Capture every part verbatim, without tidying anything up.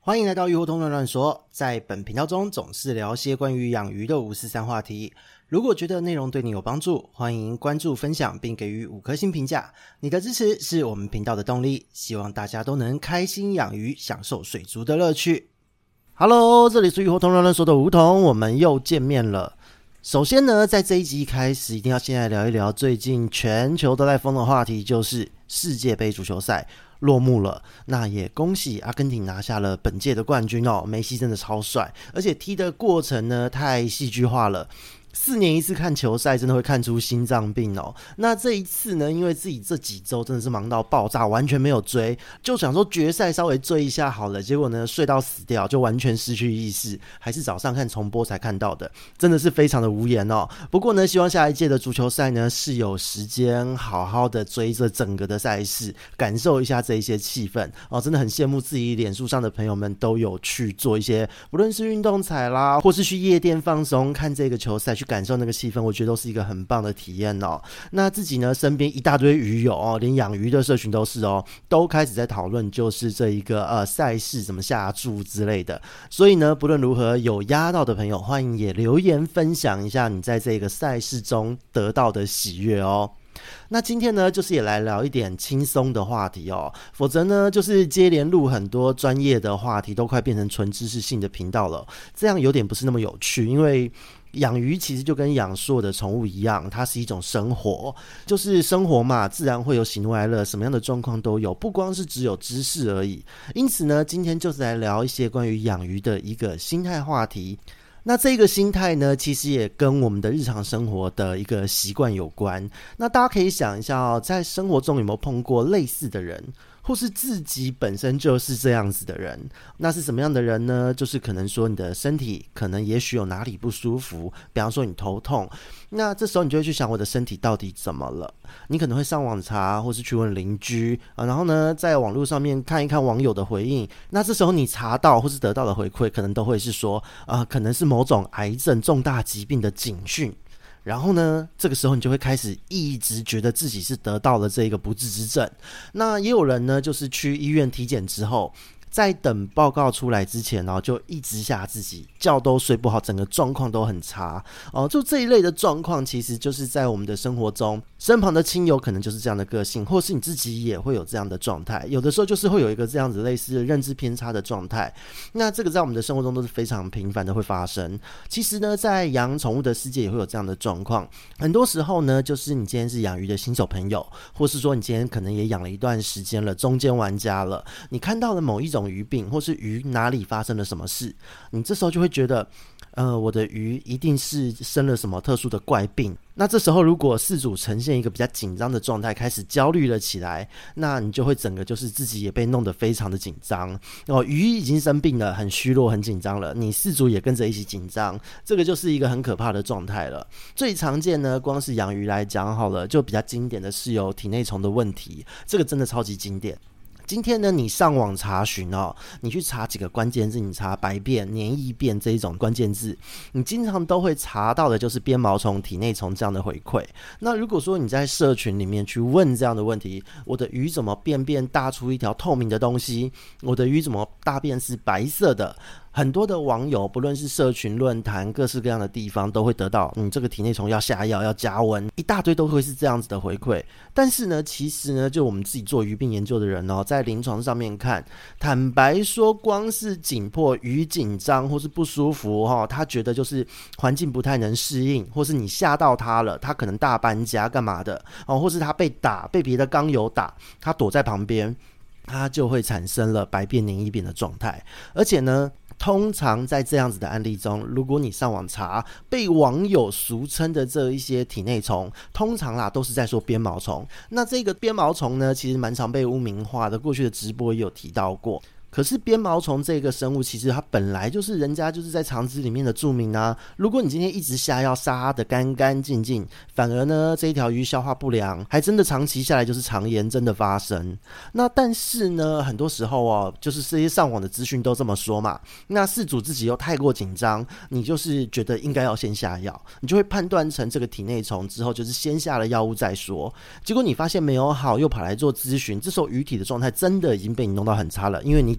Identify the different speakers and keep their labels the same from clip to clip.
Speaker 1: 欢迎来到鱼活通乱乱说，在本频道中总是聊些关于养鱼的五四三话题。如果觉得内容对你有帮助，欢迎关注分享并给予五颗星评价，你的支持是我们频道的动力，希望大家都能开心养鱼，享受水族的乐趣。Hello， 这里是鱼活通乱乱说的梧桐，我们又见面了。首先呢，在这一集一开始一定要先来聊一聊最近全球都在疯的话题，就是世界杯足球赛落幕了。那也恭喜阿根廷拿下了本届的冠军哦，梅西真的超帅，而且踢的过程呢太戏剧化了。四年一次看球赛真的会看出心脏病哦。那这一次呢，因为自己这几周真的是忙到爆炸，完全没有追，就想说决赛稍微追一下好了，结果呢睡到死掉，就完全失去意识，还是早上看重播才看到的，真的是非常的无言哦。不过呢，希望下一届的足球赛呢是有时间好好的追着整个的赛事，感受一下这一些气氛哦。真的很羡慕自己脸书上的朋友们都有去做一些，不论是运动彩啦，或是去夜店放松看这个球赛，去感受那个气氛，我觉得都是一个很棒的体验哦。那自己呢，身边一大堆鱼友哦，连养鱼的社群都是哦，都开始在讨论就是这一个呃赛事怎么下注之类的。所以呢，不论如何有压到的朋友，欢迎也留言分享一下你在这个赛事中得到的喜悦哦。那今天呢，就是也来聊一点轻松的话题哦，否则呢，就是接连录很多专业的话题，都快变成纯知识性的频道了，这样有点不是那么有趣。因为养鱼其实就跟养所有的宠物一样，它是一种生活，就是生活嘛，自然会有喜怒哀乐，什么样的状况都有，不光是只有知识而已。因此呢，今天就是来聊一些关于养鱼的一个心态话题。那这个心态呢，其实也跟我们的日常生活的一个习惯有关。那大家可以想一下哦，在生活中有没有碰过类似的人，或是自己本身就是这样子的人？那是什么样的人呢？就是可能说你的身体可能也许有哪里不舒服，比方说你头痛，那这时候你就会去想我的身体到底怎么了。你可能会上网查，或是去问邻居、啊、然后呢在网络上面看一看网友的回应。那这时候你查到或是得到的回馈可能都会是说、呃、可能是某种癌症重大疾病的警讯。然后呢，这个时候你就会开始一直觉得自己是得到了这个不治之症。那也有人呢，就是去医院体检之后，在等报告出来之前呢、哦，就一直吓自己，觉都睡不好，整个状况都很差哦。就这一类的状况，其实就是在我们的生活中，身旁的亲友可能就是这样的个性，或是你自己也会有这样的状态。有的时候就是会有一个这样子类似的认知偏差的状态。那这个在我们的生活中都是非常频繁的会发生。其实呢，在养宠物的世界也会有这样的状况。很多时候呢，就是你今天是养鱼的新手朋友，或是说你今天可能也养了一段时间了，中间玩家了，你看到了某一种鱼病，或是鱼哪里发生了什么事，你这时候就会觉得呃，我的鱼一定是生了什么特殊的怪病。那这时候如果饲主呈现一个比较紧张的状态，开始焦虑了起来，那你就会整个就是自己也被弄得非常的紧张哦。鱼已经生病了，很虚弱很紧张了，你饲主也跟着一起紧张，这个就是一个很可怕的状态了。最常见呢，光是养鱼来讲好了，就比较经典的是有体内虫的问题，这个真的超级经典。今天呢，你上网查询哦，你去查几个关键字，你查白便、黏液便这一种关键字，你经常都会查到的就是鞭毛虫、体内虫这样的回馈。那如果说你在社群里面去问这样的问题，我的鱼怎么便便大出一条透明的东西？我的鱼怎么大便是白色的？很多的网友，不论是社群论坛各式各样的地方，都会得到你这个体内虫要下药要加温，一大堆都会是这样子的回馈。但是呢，其实呢，就我们自己做鱼病研究的人哦，在临床上面看，坦白说，光是紧迫鱼紧张或是不舒服、哦、他觉得就是环境不太能适应，或是你吓到他了，他可能大搬家干嘛的、哦、或是他被打被别的缸友打，他躲在旁边，它就会产生了白便黏液便的状态。而且呢，通常在这样子的案例中，如果你上网查被网友俗称的这一些体内虫，通常啦都是在说鞭毛虫。那这个鞭毛虫呢，其实蛮常被污名化的，过去的直播也有提到过。可是鞭毛虫这个生物，其实它本来就是人家就是在肠子里面的著名啊。如果你今天一直下药杀它的干干净净，反而呢这一条鱼消化不良，还真的长期下来就是肠炎真的发生。那但是呢，很多时候哦，就是这些上网的资讯都这么说嘛，那饲主自己又太过紧张，你就是觉得应该要先下药，你就会判断成这个体内虫之后就是先下了药物再说。结果你发现没有好，又跑来做咨询，这时候鱼体的状态真的已经被你弄到很差了，因为你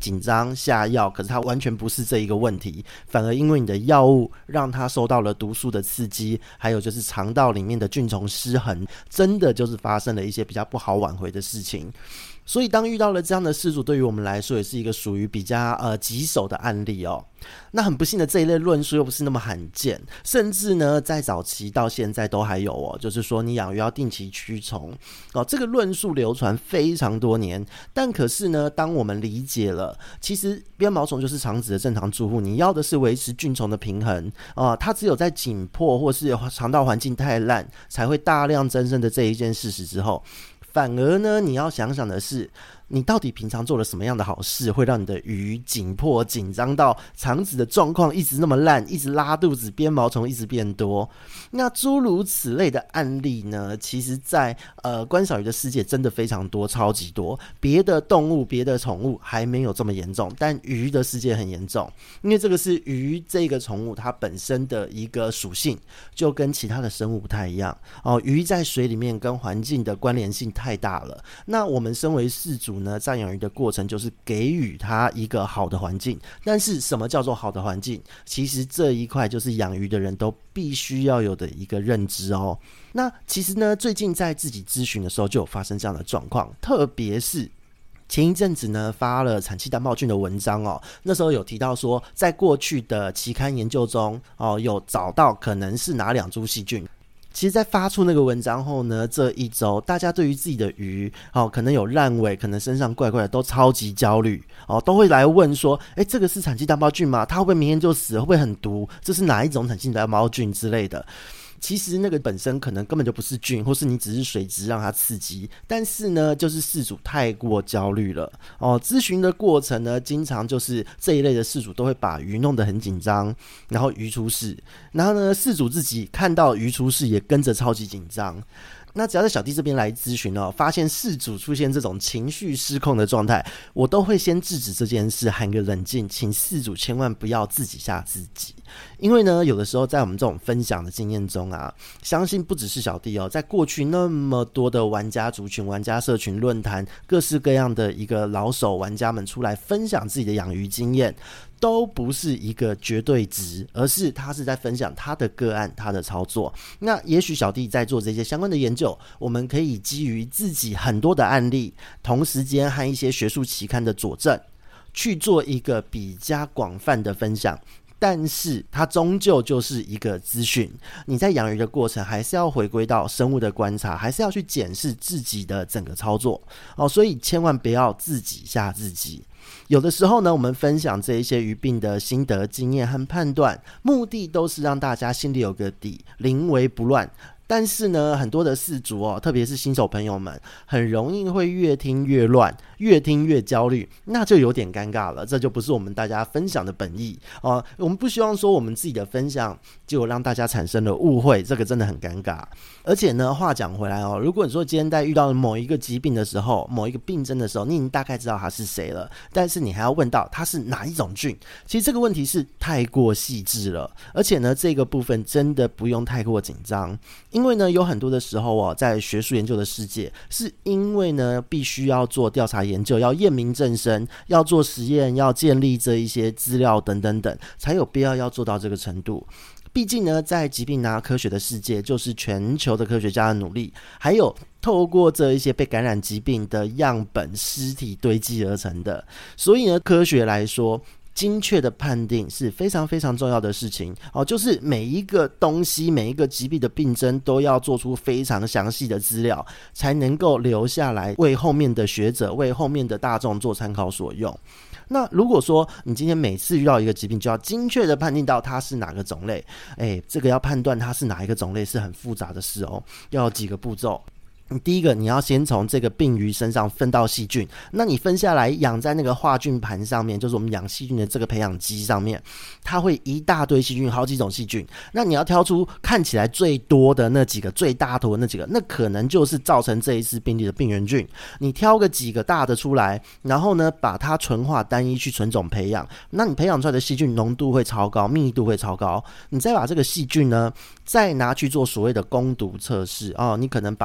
Speaker 1: 紧张下药，可是它完全不是这一个问题，反而因为你的药物让它受到了毒素的刺激，还有就是肠道里面的菌虫失衡，真的就是发生了一些比较不好挽回的事情。所以当遇到了这样的事主，对于我们来说也是一个属于比较呃棘手的案例哦。那很不幸的，这一类论述又不是那么罕见，甚至呢在早期到现在都还有哦，就是说你养鱼要定期驱虫哦，这个论述流传非常多年。但可是呢，当我们理解了其实鞭毛虫就是肠子的正常住户，你要的是维持菌虫的平衡哦，它只有在紧迫或是肠道环境太烂才会大量增生的这一件事实之后，反而呢你要想想的是，你到底平常做了什么样的好事，会让你的鱼紧迫紧张到肠子的状况一直那么烂，一直拉肚子，鞭毛虫一直变多。那诸如此类的案例呢，其实在呃观赏鱼的世界真的非常多，超级多。别的动物别的宠物还没有这么严重，但鱼的世界很严重，因为这个是鱼这个宠物它本身的一个属性就跟其他的生物不太一样哦。鱼在水里面跟环境的关联性太大了，那我们身为饲主呢，在养鱼的过程就是给予它一个好的环境。但是什么叫做好的环境？其实这一块就是养鱼的人都必须要有的一个认知哦。那其实呢，最近在自己咨询的时候就有发生这样的状况，特别是前一阵子呢发了产气单胞菌的文章哦，那时候有提到说，在过去的期刊研究中哦，有找到可能是哪两株细菌。其实在发出那个文章后呢，这一周大家对于自己的鱼、哦、可能有烂尾，可能身上怪怪的，都超级焦虑、哦、都会来问说，诶，这个是产气单胞菌吗？它会不会明天就死？会不会很毒？这是哪一种产气单胞菌之类的？其实那个本身可能根本就不是菌，或是你只是水质让它刺激，但是呢就是饲主太过焦虑了哦。咨询的过程呢，经常就是这一类的饲主都会把鱼弄得很紧张，然后鱼出事，然后呢饲主自己看到鱼出事也跟着超级紧张。那只要在小弟这边来咨询哦，发现饲主出现这种情绪失控的状态，我都会先制止这件事，喊个冷静，请饲主千万不要自己吓自己。因为呢，有的时候在我们这种分享的经验中啊，相信不只是小弟哦，在过去那么多的玩家族群、玩家社群论坛，各式各样的一个老手玩家们出来分享自己的养鱼经验，都不是一个绝对值，而是他是在分享他的个案，他的操作。那也许小弟在做这些相关的研究，我们可以基于自己很多的案例，同时间和一些学术期刊的佐证，去做一个比较广泛的分享。但是它终究就是一个资讯，你在养鱼的过程还是要回归到生物的观察，还是要去检视自己的整个操作哦，所以千万不要自己吓自己。有的时候呢，我们分享这一些鱼病的心得、经验和判断，目的都是让大家心里有个底，临危不乱。但是呢，很多的饲主哦，特别是新手朋友们，很容易会越听越乱，越听越焦虑，那就有点尴尬了。这就不是我们大家分享的本意哦。我们不希望说我们自己的分享就让大家产生了误会，这个真的很尴尬。而且呢，话讲回来哦，如果你说今天在遇到某一个疾病的时候，某一个病症的时候，你已经大概知道他是谁了，但是你还要问到他是哪一种菌，其实这个问题是太过细致了。而且呢，这个部分真的不用太过紧张。因为呢，有很多的时候哦，在学术研究的世界，是因为呢，必须要做调查研究，要验明正身，要做实验，要建立这一些资料等等等，才有必要要做到这个程度。毕竟呢，在疾病啊科学的世界，就是全球的科学家的努力，还有透过这一些被感染疾病的样本尸体堆积而成的。所以呢，科学来说，精确的判定是非常非常重要的事情哦，就是每一个东西，每一个疾病的病症都要做出非常详细的资料，才能够留下来为后面的学者、为后面的大众做参考所用。那如果说你今天每次遇到一个疾病就要精确的判定到它是哪个种类，诶，这个要判断它是哪一个种类是很复杂的事哦，要有几个步骤。第一个，你要先从这个病鱼身上分到细菌，那你分下来养在那个化菌盘上面，就是我们养细菌的这个培养基上面，它会一大堆细菌，好几种细菌，那你要挑出看起来最多的那几个，最大头的那几个，那可能就是造成这一次病例的病原菌。你挑个几个大的出来，然后呢把它纯化单一去纯种培养，那你培养出来的细菌浓度会超高，密度会超高，你再把这个细菌呢再拿去做所谓的攻毒测试哦，你可能把它拉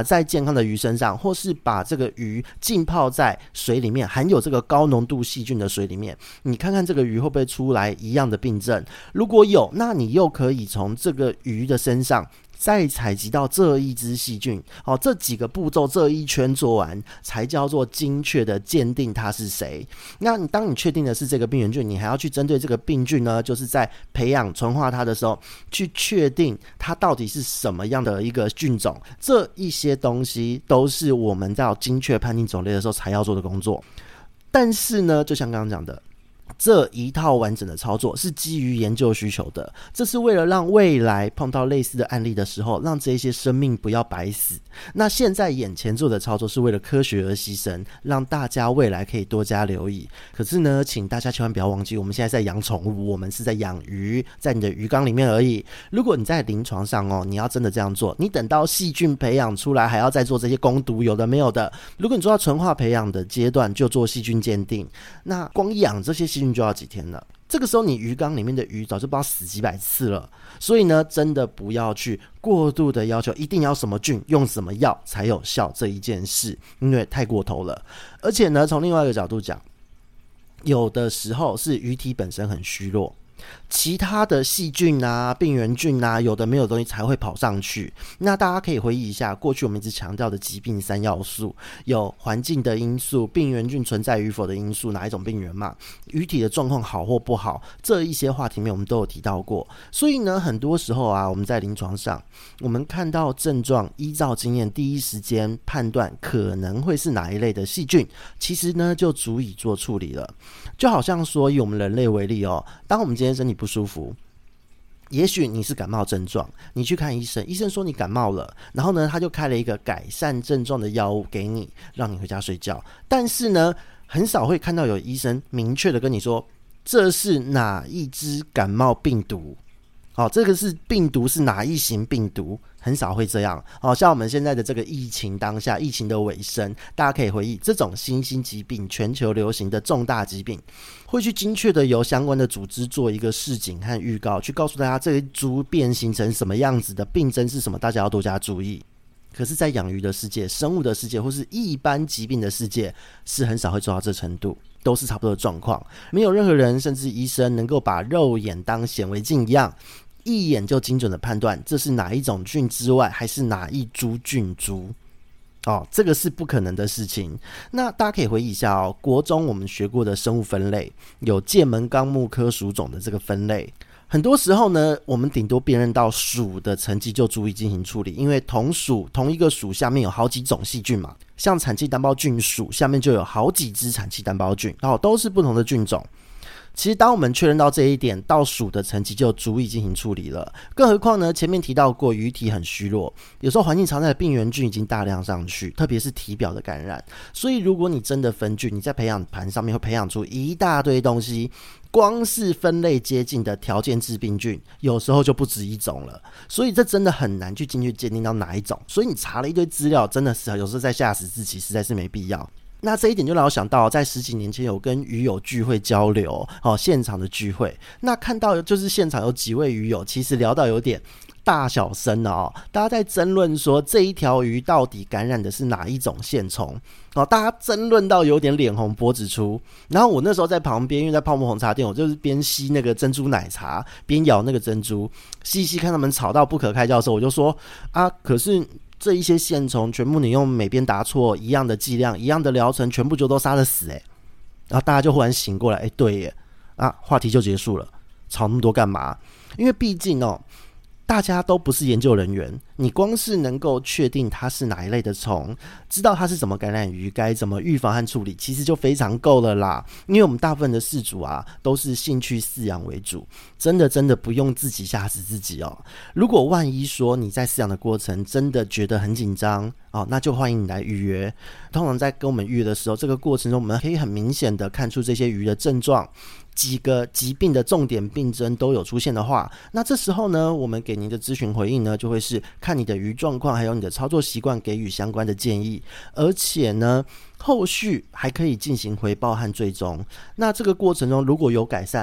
Speaker 1: 在健康的鱼身上，或是把这个鱼浸泡在水里面含有这个高浓度细菌的水里面，你看看这个鱼会不会出来一样的病症。如果有，那你又可以从这个鱼的身上再采集到这一只细菌、哦、这几个步骤这一圈做完，才叫做精确的鉴定它是谁。那你当你确定的是这个病原菌，你还要去针对这个病菌呢，就是在培养纯化它的时候，去确定它到底是什么样的一个菌种。这一些东西都是我们在精确判定种类的时候才要做的工作。但是呢，就像刚刚讲的，这一套完整的操作是基于研究需求的，这是为了让未来碰到类似的案例的时候，让这些生命不要白死。那现在眼前做的操作是为了科学而牺牲，让大家未来可以多加留意。可是呢，请大家千万不要忘记，我们现在在养宠物，我们是在养鱼，在你的鱼缸里面而已。如果你在临床上哦，你要真的这样做，你等到细菌培养出来还要再做这些攻读，有的没有的。如果你做到纯化培养的阶段就做细菌鉴定，那光养这些细菌就要几天了。这个时候你鱼缸里面的鱼早就不知道死几百次了。所以呢，真的不要去过度的要求一定要什么菌用什么药才有效这一件事，因为太过头了。而且呢，从另外一个角度讲，有的时候是鱼体本身很虚弱，其他的细菌啊、病原菌啊，有的没有的东西才会跑上去。那大家可以回忆一下，过去我们一直强调的疾病三要素，有环境的因素、病原菌存在与否的因素，哪一种病原嘛，鱼体的状况好或不好，这一些话题面我们都有提到过。所以呢，很多时候啊，我们在临床上，我们看到症状，依照经验第一时间判断可能会是哪一类的细菌，其实呢就足以做处理了。就好像说以我们人类为例哦，当我们今天身体不舒服，也许你是感冒症状，你去看医生，医生说你感冒了，然后呢他就开了一个改善症状的药物给你，让你回家睡觉。但是呢，很少会看到有医生明确的跟你说这是哪一支感冒病毒，好、哦，这个是病毒是哪一型病毒，很少会这样。好、哦，像我们现在的这个疫情当下，疫情的尾声，大家可以回忆，这种新兴疾病、全球流行的重大疾病，会去精确的由相关的组织做一个示警和预告，去告诉大家这一株变形成什么样子的病症是什么，大家要多加注意。可是在养鱼的世界、生物的世界或是一般疾病的世界，是很少会做到这程度，都是差不多的状况。没有任何人甚至医生能够把肉眼当显微镜一样，一眼就精准的判断这是哪一种菌之外，还是哪一株菌株。哦，这个是不可能的事情。那大家可以回忆一下哦，国中我们学过的生物分类，有界门纲目科属种的这个分类。很多时候呢，我们顶多辨认到属的层级就足以进行处理，因为同属同一个属下面有好几种细菌嘛，像产气单胞菌属下面就有好几只产气单胞菌，然后都是不同的菌种。其实当我们确认到这一点，到属的层级就足以进行处理了。更何况呢，前面提到过鱼体很虚弱，有时候环境常在的病原菌已经大量上去，特别是体表的感染。所以如果你真的分菌，你在培养盘上面会培养出一大堆东西，光是分类接近的条件致病菌有时候就不止一种了。所以这真的很难去进去鉴定到哪一种，所以你查了一堆资料，真的是有时候在吓死自己，实在是没必要。那这一点就让我想到，在十几年前有跟鱼友聚会交流，哦，现场的聚会，那看到就是现场有几位鱼友，其实聊到有点大小声了哦，大家在争论说这一条鱼到底感染的是哪一种线虫哦，大家争论到有点脸红脖子粗。然后我那时候在旁边，因为在泡沫红茶店，我就是边吸那个珍珠奶茶，边咬那个珍珠，细细看他们吵到不可开交的时候，我就说啊，可是这一些线虫全部你用美边达唑一样的剂量、一样的疗程，全部就都杀得死欸。然后大家就忽然醒过来，哎，对耶，啊，话题就结束了，吵那么多干嘛？因为毕竟哦，大家都不是研究人员，你光是能够确定它是哪一类的虫，知道它是怎么感染鱼，该怎么预防和处理，其实就非常够了啦。因为我们大部分的饲主啊，都是兴趣饲养为主，真的真的不用自己吓死自己哦。如果万一说你在饲养的过程真的觉得很紧张哦，那就欢迎你来预约。通常在跟我们预约的时候，这个过程中我们可以很明显的看出这些鱼的症状，几个疾病的重点病症都有出现的话，那这时候呢，我们给您的咨询回应呢，就会是看你的鱼状况还有你的操作习惯，给予相关的建议，而且呢后续还可以进行回报和追踪。那这个过程中如果有改善，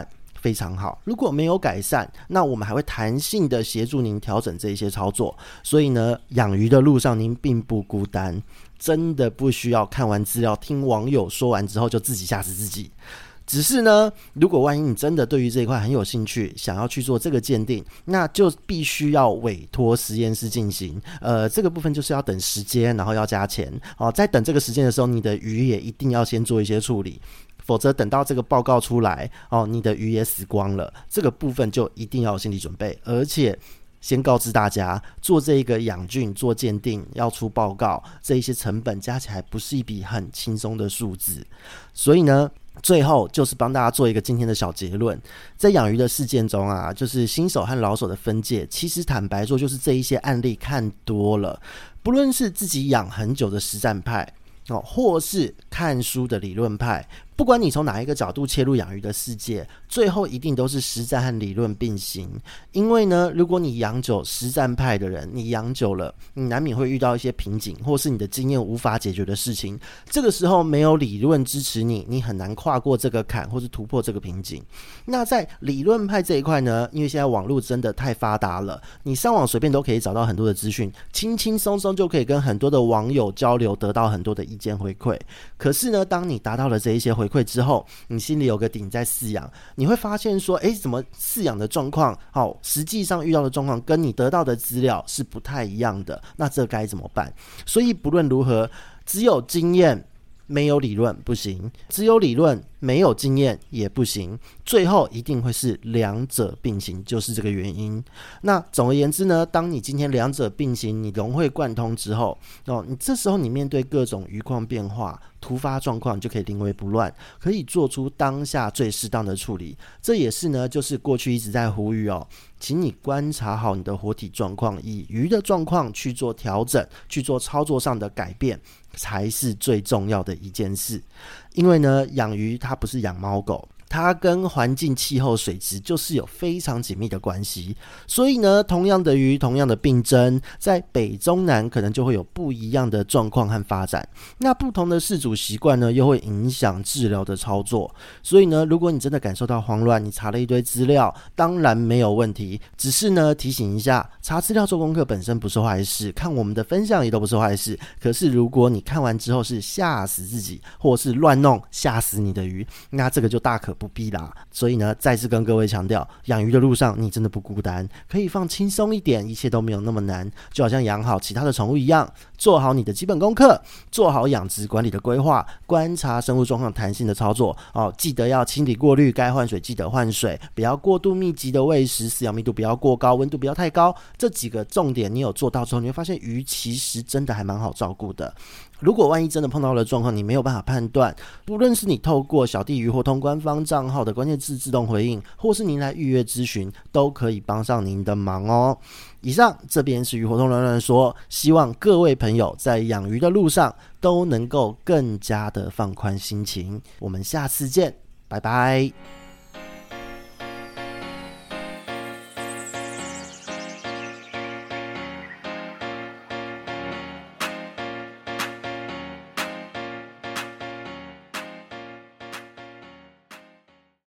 Speaker 1: 非常好，如果没有改善，那我们还会弹性的协助您调整这一些操作。所以呢，养鱼的路上您并不孤单，真的不需要看完资料听网友说完之后就自己吓死自己。只是呢，如果万一你真的对于这一块很有兴趣，想要去做这个鉴定，那就必须要委托实验室进行。呃，这个部分就是要等时间，然后要加钱哦。在等这个时间的时候，你的鱼也一定要先做一些处理，否则等到这个报告出来哦，你的鱼也死光了。这个部分就一定要有心理准备，而且先告知大家，做这个养菌做鉴定要出报告，这一些成本加起来不是一笔很轻松的数字。所以呢，最后就是帮大家做一个今天的小结论，在养鱼的事件中啊，就是新手和老手的分界，其实坦白说就是这一些案例看多了，不论是自己养很久的实战派哦，或是看书的理论派，不管你从哪一个角度切入养鱼的世界，最后一定都是实战和理论并行。因为呢，如果你养久实战派的人，你养久了，你难免会遇到一些瓶颈，或是你的经验无法解决的事情。这个时候没有理论支持你，你很难跨过这个坎，或是突破这个瓶颈。那在理论派这一块呢，因为现在网络真的太发达了，你上网随便都可以找到很多的资讯，轻轻松松就可以跟很多的网友交流，得到很多的意见回馈。可是呢，当你达到了这一些回馈之后，你心里有个底在饲养，你会发现说，诶，怎么饲养的状况，好，实际上遇到的状况跟你得到的资料是不太一样的，那这该怎么办？所以不论如何，只有经验没有理论不行，只有理论没有经验也不行，最后一定会是两者并行，就是这个原因。那总而言之呢，当你今天两者并行，你融会贯通之后哦，你这时候你面对各种鱼况变化、突发状况，你就可以临危不乱，可以做出当下最适当的处理。这也是呢，就是过去一直在呼吁哦，请你观察好你的活体状况，以鱼的状况去做调整，去做操作上的改变，才是最重要的一件事。因为呢，养鱼它不是养猫狗，它跟环境、气候、水质就是有非常紧密的关系。所以呢，同样的鱼，同样的病症，在北中南可能就会有不一样的状况和发展。那不同的饲主习惯呢，又会影响治疗的操作。所以呢，如果你真的感受到慌乱，你查了一堆资料，当然没有问题。只是呢，提醒一下，查资料做功课本身不是坏事，看我们的分享也都不是坏事。可是如果你看完之后是吓死自己，或是乱弄吓死你的鱼，那这个就大可不必啦。所以呢，再次跟各位强调，养鱼的路上你真的不孤单，可以放轻松一点，一切都没有那么难。就好像养好其他的宠物一样，做好你的基本功课，做好养殖管理的规划，观察生物状况弹性的操作哦，记得要清理过滤，该换水记得换水，不要过度密集的喂食，饲养密度不要过高，温度不要太高。这几个重点你有做到之后，你会发现鱼其实真的还蛮好照顾的。如果万一真的碰到了状况，你没有办法判断，不论是你透过小弟鱼或通官方账号的关键字自动回应，或是您来预约咨询，都可以帮上您的忙哦。以上这边是鱼活通乱乱说，希望各位朋友在养鱼的路上都能够更加的放宽心情。我们下次见，拜拜。